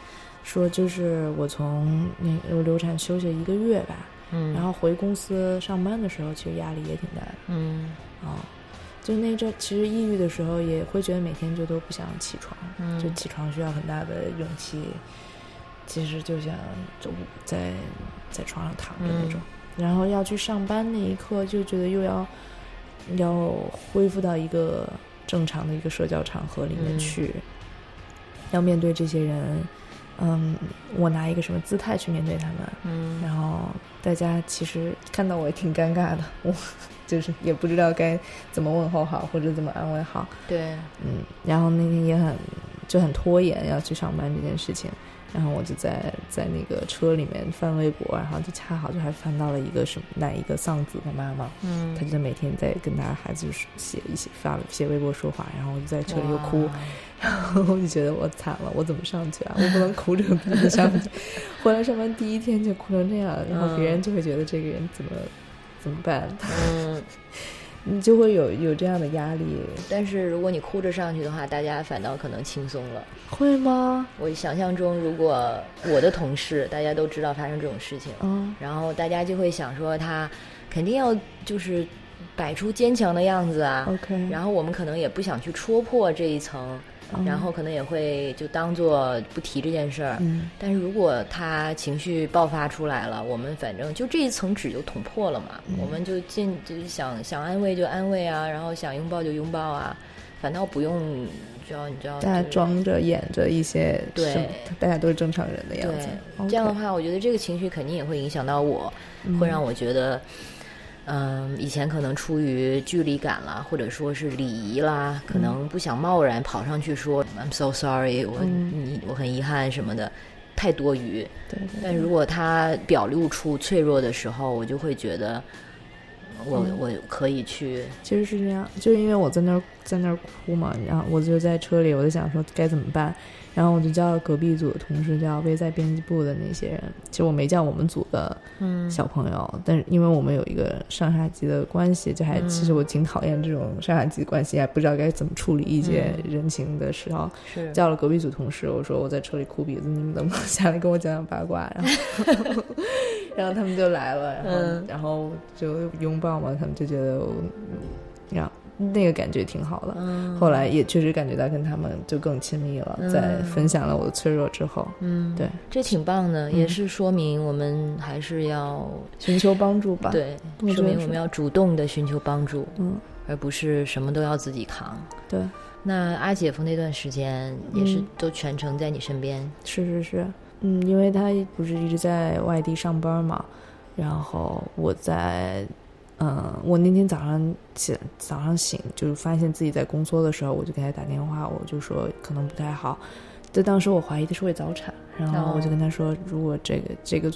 说就是我从我流产休息1个月吧，然后回公司上班的时候，其实压力也挺大的，就那阵其实抑郁的时候也会觉得每天就都不想起床，就起床需要很大的勇气，其实就像就在床上躺着那种，然后要去上班那一刻就觉得又要恢复到一个正常的一个社交场合里面去，要面对这些人，我拿一个什么姿态去面对他们，然后大家其实看到我也挺尴尬的，我就是也不知道该怎么问候好或者怎么安慰好， 对， 然后那天也很拖延要去上班这件事情，然后我就在那个车里面翻微博，然后就恰好就还翻到了一个哪一个丧子的妈妈，她就每天在跟她孩子写微博说话，然后我就在车里又哭，然后我就觉得我惨了，我怎么上去啊？我不能哭着鼻子上去。回来上班第一天就哭成这样，然后别人就会觉得这个人怎么办？你就会有这样的压力。 但是如果你哭着上去的话，大家反倒可能轻松了。 会吗？ 我想象中，如果我的同事大家都知道发生这种事情，然后大家就会想说他肯定要就是摆出坚强的样子啊， OK， 然后我们可能也不想去戳破这一层，然后可能也会就当做不提这件事儿，但是如果他情绪爆发出来了，我们反正就这一层纸就捅破了嘛，我们就想安慰就安慰啊，然后想拥抱就拥抱啊，反倒不用你知道大家装着演着一些对大家都是正常人的样子， 对，这样的话我觉得这个情绪肯定也会影响到我，会让我觉得以前可能出于距离感啦，或者说是礼仪啦，可能不想贸然跑上去说 I'm so sorry， 我很遗憾什么的，太多余。 对， 但如果他表露出脆弱的时候，我就会觉得我可以去。 其实是这样，就是因为我在那儿哭嘛，然后我就在车里，我就想说该怎么办，然后我就叫隔壁组的同事，叫微在编辑部的那些人，其实我没叫我们组的小朋友，但是因为我们有一个上下级的关系，就还其实我挺讨厌这种上下级关系，还不知道该怎么处理一些人情的时候，叫了隔壁组同事，我说我在车里哭鼻子，你们能不能下来跟我讲讲八卦，然后他们就来了，然后就拥抱嘛，他们就觉得那个感觉挺好的，后来也确实感觉到跟他们就更亲密了，在分享了我的脆弱之后，对， 这挺棒的，也是说明我们还是要寻求帮助吧， 对，说明我们要主动的寻求帮助，而不是什么都要自己扛。 对， 那阿姐夫那段时间也是都全程在你身边？ 是，因为他不是一直在外地上班嘛，然后我那天早上醒，就是发现自己在工作的时候，我就给他打电话，我就说可能不太好。就当时我怀疑的是会早产，然后我就跟他说，如果这个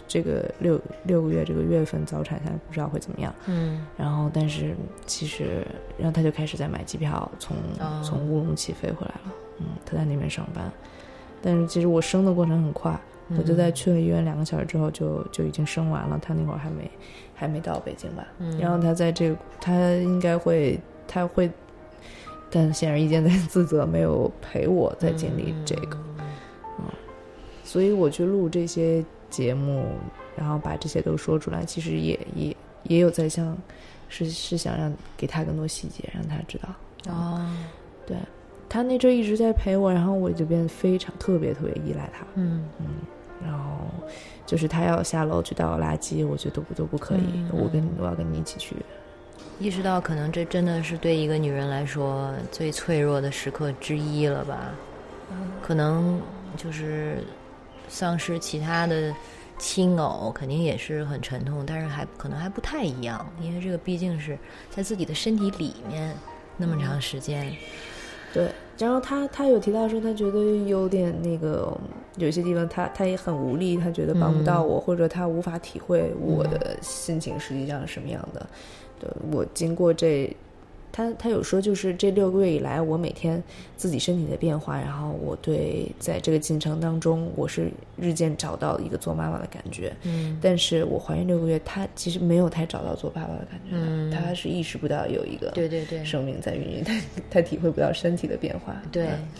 6个月这个月份早产下来，不知道会怎么样。然后但是其实，然后他就开始在买机票，从乌鲁木齐飞回来了。他在那边上班，但是其实我生的过程很快。我就在去了医院2个小时之后就已经生完了，他那会儿还没到北京吧，然后他应该会，但显而易见在自责没有陪我在经历这个，所以我去录这些节目，然后把这些都说出来，其实也有在是想给他更多细节，让他知道。对，他那阵一直在陪我，然后我就变得非常特别依赖他。然后就是他要下楼去倒垃圾，我觉得都不可以，我要跟你一起去。 意识到可能这真的是对一个女人来说最脆弱的时刻之一了吧，可能就是丧失其他的亲偶肯定也是很沉痛，但是可能还不太一样，因为这个毕竟是在自己的身体里面那么长时间。 对，然后他有提到说他觉得有点那个，有些地方他也很无力，他觉得帮不到我，或者他无法体会我的心情实际上是什么样的。对，我经过他有说就是这6个月以来我每天自己身体的变化，然后我对在这个进程当中我是日渐找到一个做妈妈的感觉，但是我怀孕6个月他其实没有太找到做爸爸的感觉，他是意识不到有一个对生命在孕育，他体会不到身体的变化。 对，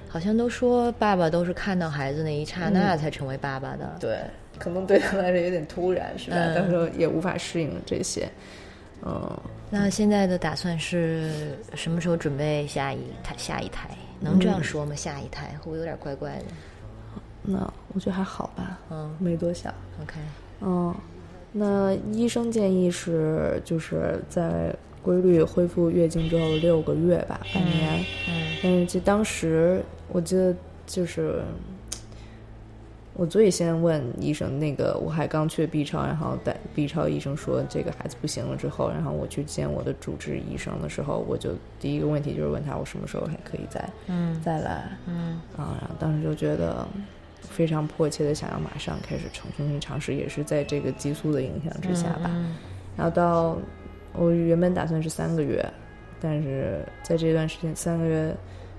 好像都说爸爸都是看到孩子那一刹那才成为爸爸的。 对，可能对他来说有点突然，是吧？当时也无法适应这些。 那现在的打算是什么时候准备下一胎？能这样说吗？下一胎会不会有点怪怪的？ 那我觉得还好吧，没多想。 OK， 那医生建议是就是在规律恢复月经之后6个月吧，半年。但是就当时我记得就是我最先问医生，那个我还刚去 B 超，然后B 超医生说这个孩子不行了之后，然后我去见我的主治医生的时候，我就第一个问题就是问他我什么时候还可以再来。然后当时就觉得非常迫切的想要马上开始重新尝试，也是在这个激素的影响之下吧。然后到我原本打算是3个月，但是在这段时间3个月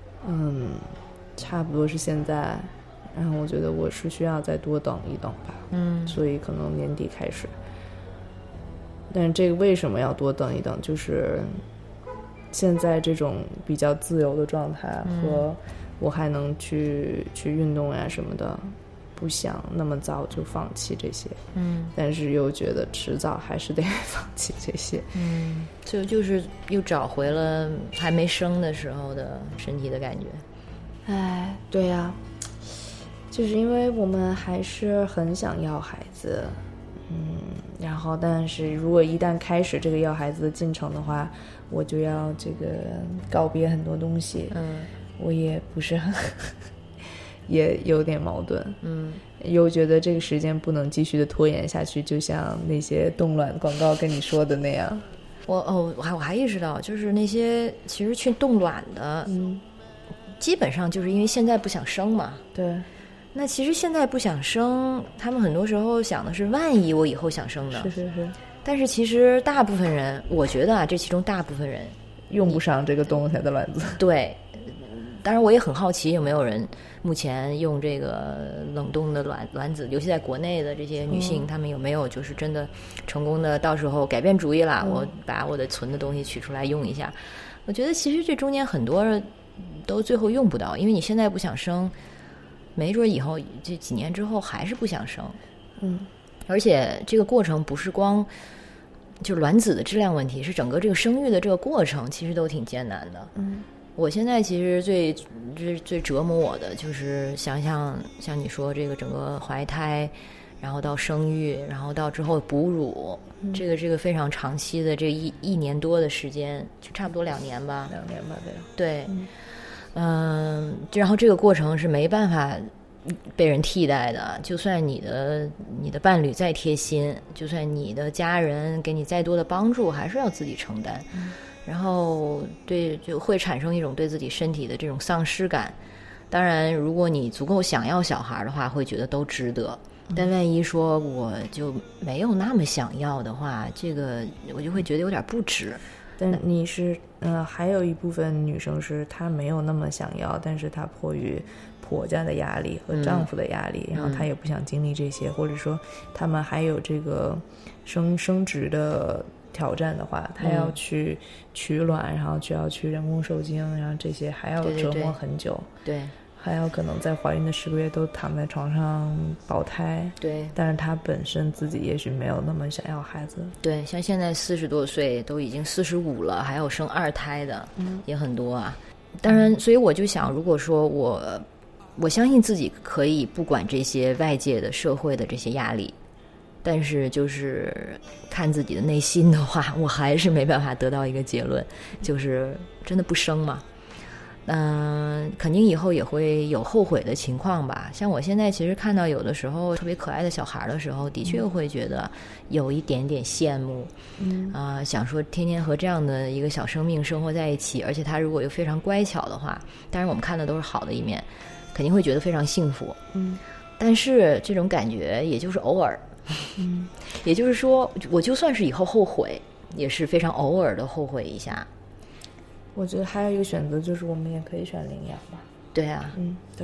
差不多是现在，然后我觉得我是需要再多等一等吧。所以可能年底开始。但是这个为什么要多等一等，就是现在这种比较自由的状态和我还能去运动呀什么的，不想那么早就放弃这些。但是又觉得迟早还是得放弃这些。 就是又找回了还没生的时候的身体的感觉。 哎，对呀，就是因为我们还是很想要孩子。然后但是如果一旦开始这个要孩子的进程的话，我就要这个告别很多东西。我也不是很也有点矛盾。又觉得这个时间不能继续的拖延下去，就像那些冻卵广告跟你说的那样。 我还意识到，就是那些其实去冻卵的，基本上就是因为现在不想生嘛。 对。 那其实现在不想生，他们很多时候想的是万一我以后想生呢。 是。 但是其实大部分人，我觉得这其中大部分人用不上这个冻起来的卵子。 对。当然我也很好奇有没有人目前用这个冷冻的卵子，尤其在国内的这些女性，她们有没有就是真的成功的到时候改变主意了，我把我的存的东西取出来用一下。我觉得其实这中间很多都最后用不到，因为你现在不想生，没准以后这几年之后还是不想生。而且这个过程不是光就是卵子的质量问题，是整个这个生育的这个过程其实都挺艰难的。我现在其实最折磨我的就是想想像你说这个整个怀胎，然后到生育，然后到之后哺乳，这个非常长期的这一年多的时间，就差不多2年吧。 2年吧， 对。然后这个过程是没办法被人替代的，就算你的伴侣再贴心，就算你的家人给你再多的帮助，还是要自己承担。然后就会产生一种对自己身体的这种丧失感。当然如果你足够想要小孩的话，会觉得都值得。但万一说我就没有那么想要的话，这个我就会觉得有点不值。 但你是还有一部分女生是她没有那么想要，但是她迫于婆家的压力和丈夫的压力，然后她也不想经历这些，或者说她们还有这个生殖的挑战的话，她要去取卵，然后就要去人工受精，然后这些还要折磨很久。 对， 还有可能在怀孕的10个月都躺在床上保胎。 对， 但是她本身自己也许没有那么想要孩子。 对，像现在40多岁都已经45了，还有生2胎的也很多啊。当然所以我就想，如果说我相信自己可以不管这些外界的社会的这些压力，但是就是看自己的内心的话，我还是没办法得到一个结论，就是真的不生嘛。肯定以后也会有后悔的情况吧。像我现在其实看到有的时候特别可爱的小孩的时候，的确会觉得有一点点羡慕。想说天天和这样的一个小生命生活在一起，而且他如果又非常乖巧的话，当然我们看的都是好的一面，肯定会觉得非常幸福。但是这种感觉也就是偶尔。也就是说我就算是以后后悔，也是非常偶尔的后悔一下。 我觉得还有一个选择就是我们也可以选领养吧。 对啊。 对，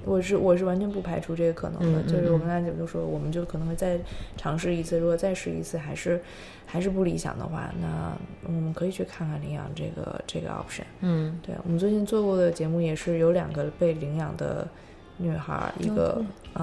我是完全不排除这个可能的，就是我跟他就说，我们就可能会再尝试一次，如果再试一次还是不理想的话，那我们可以去看看领养这个 option。对，我们最近做过的节目也是有2个被领养的女孩，一个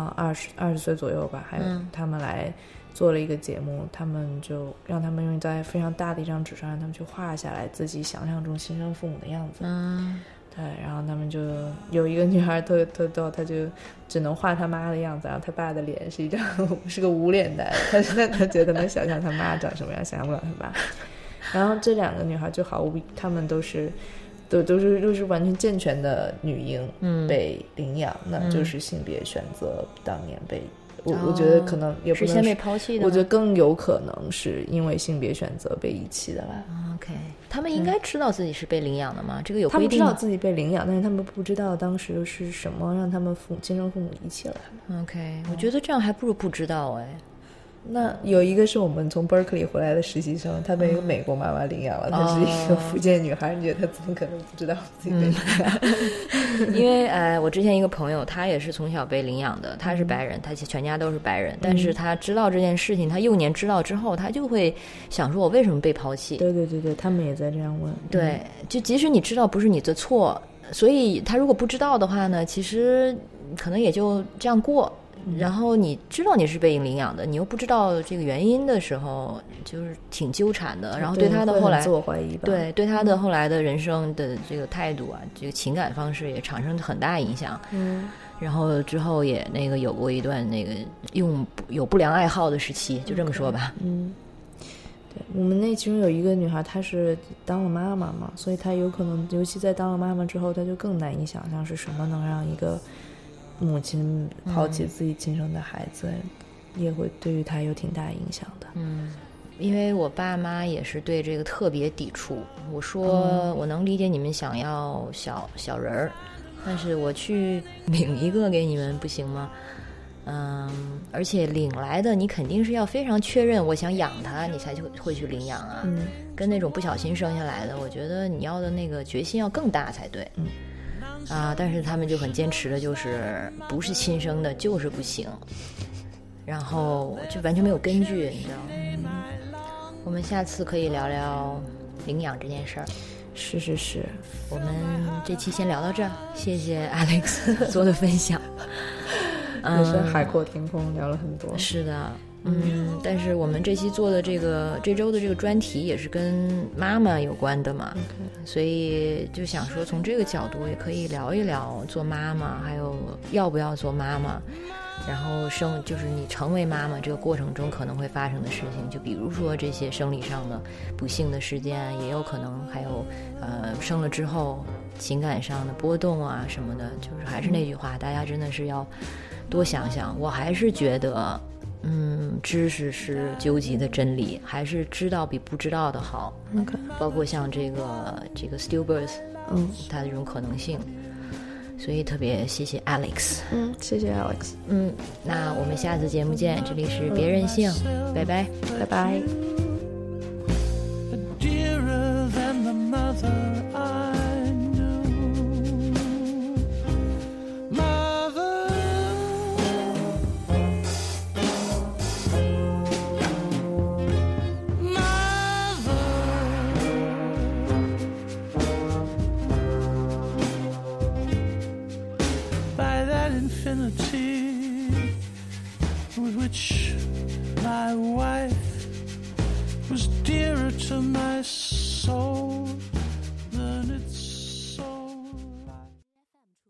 20岁左右吧，还有他们来做了一个节目，他们就让他们用在非常大的一张纸上，让他们去画下来自己想象中亲生父母的样子。对，然后他们就有一个女孩特逗，她就只能画她妈的样子，然后她爸的脸是个无脸蛋，她觉得能想象她妈长什么样，想象不了她爸。然后这2个女孩就毫无，她们都是完全健全的女婴，被领养，那就是性别选择当年被。我觉得可能也不能是先被抛弃的， 我觉得更有可能是因为性别选择被遗弃的吧。 OK， 他们应该知道自己是被领养的吗？这个有规定吗？ 他们知道自己被领养，但是他们不知道当时是什么让他们亲生父母遗弃了他们。 OK， 我觉得这样还不如不知道哎。 那有一个是我们从 Berkeley 回来的实习生，她被一个美国妈妈领养了，她是一个福建女孩，你觉得她怎么可能不知道自己被领养？ 因为我之前一个朋友，他也是从小被领养的，他是白人，他全家都是白人，但是他知道这件事情，他幼年知道之后，他就会想说我为什么被抛弃？ 对，他们也在这样问。 对，就即使你知道不是你的错，所以他如果不知道的话呢，其实可能也就这样过。然后你知道你是被领养的，你又不知道这个原因的时候，就是挺纠缠的。然后对他的后来自我怀疑吧， 对他的后来的人生的这个态度啊，这个情感方式也产生很大影响。然后之后也有过一段有不良爱好的时期，就这么说吧。 对，我们那其中有一个女孩，她是当了妈妈嘛，所以她有可能，尤其在当了妈妈之后，她就更难以想象是什么能让一个母亲抛弃自己亲生的孩子，也会对于他有挺大影响的。 因为我爸妈也是对这个特别抵触。我说我能理解你们想要小人儿，但是我去领一个给你们不行吗？而且领来的你肯定是要非常确认我想养他，你才会去领养啊。跟那种不小心生下来的，我觉得你要的那个决心要更大才对。但是他们就很坚持的，就是不是亲生的就是不行，然后就完全没有根据，你知道吗？我们下次可以聊聊领养这件事儿。 是， 我们这期先聊到这儿，谢谢 Alex 做的分享。 也是海阔天空，聊了很多。 是的。但是我们这期做的这周的这个专题也是跟妈妈有关的嘛，所以就想说从这个角度也可以聊一聊做妈妈，还有要不要做妈妈，然后就是你成为妈妈这个过程中可能会发生的事情，就比如说这些生理上的不幸的事件，也有可能还有生了之后情感上的波动啊什么的。就是还是那句话，大家真的是要多想想。我还是觉得知识是究极的真理，还是知道比不知道的好。包括像这个 stillbirth，它的这种可能性。所以特别谢谢 Alex。 谢谢 Alex。 那我们下次节目见，这里是别任性，拜拜， 拜拜。 with which my wife was dearer to my soul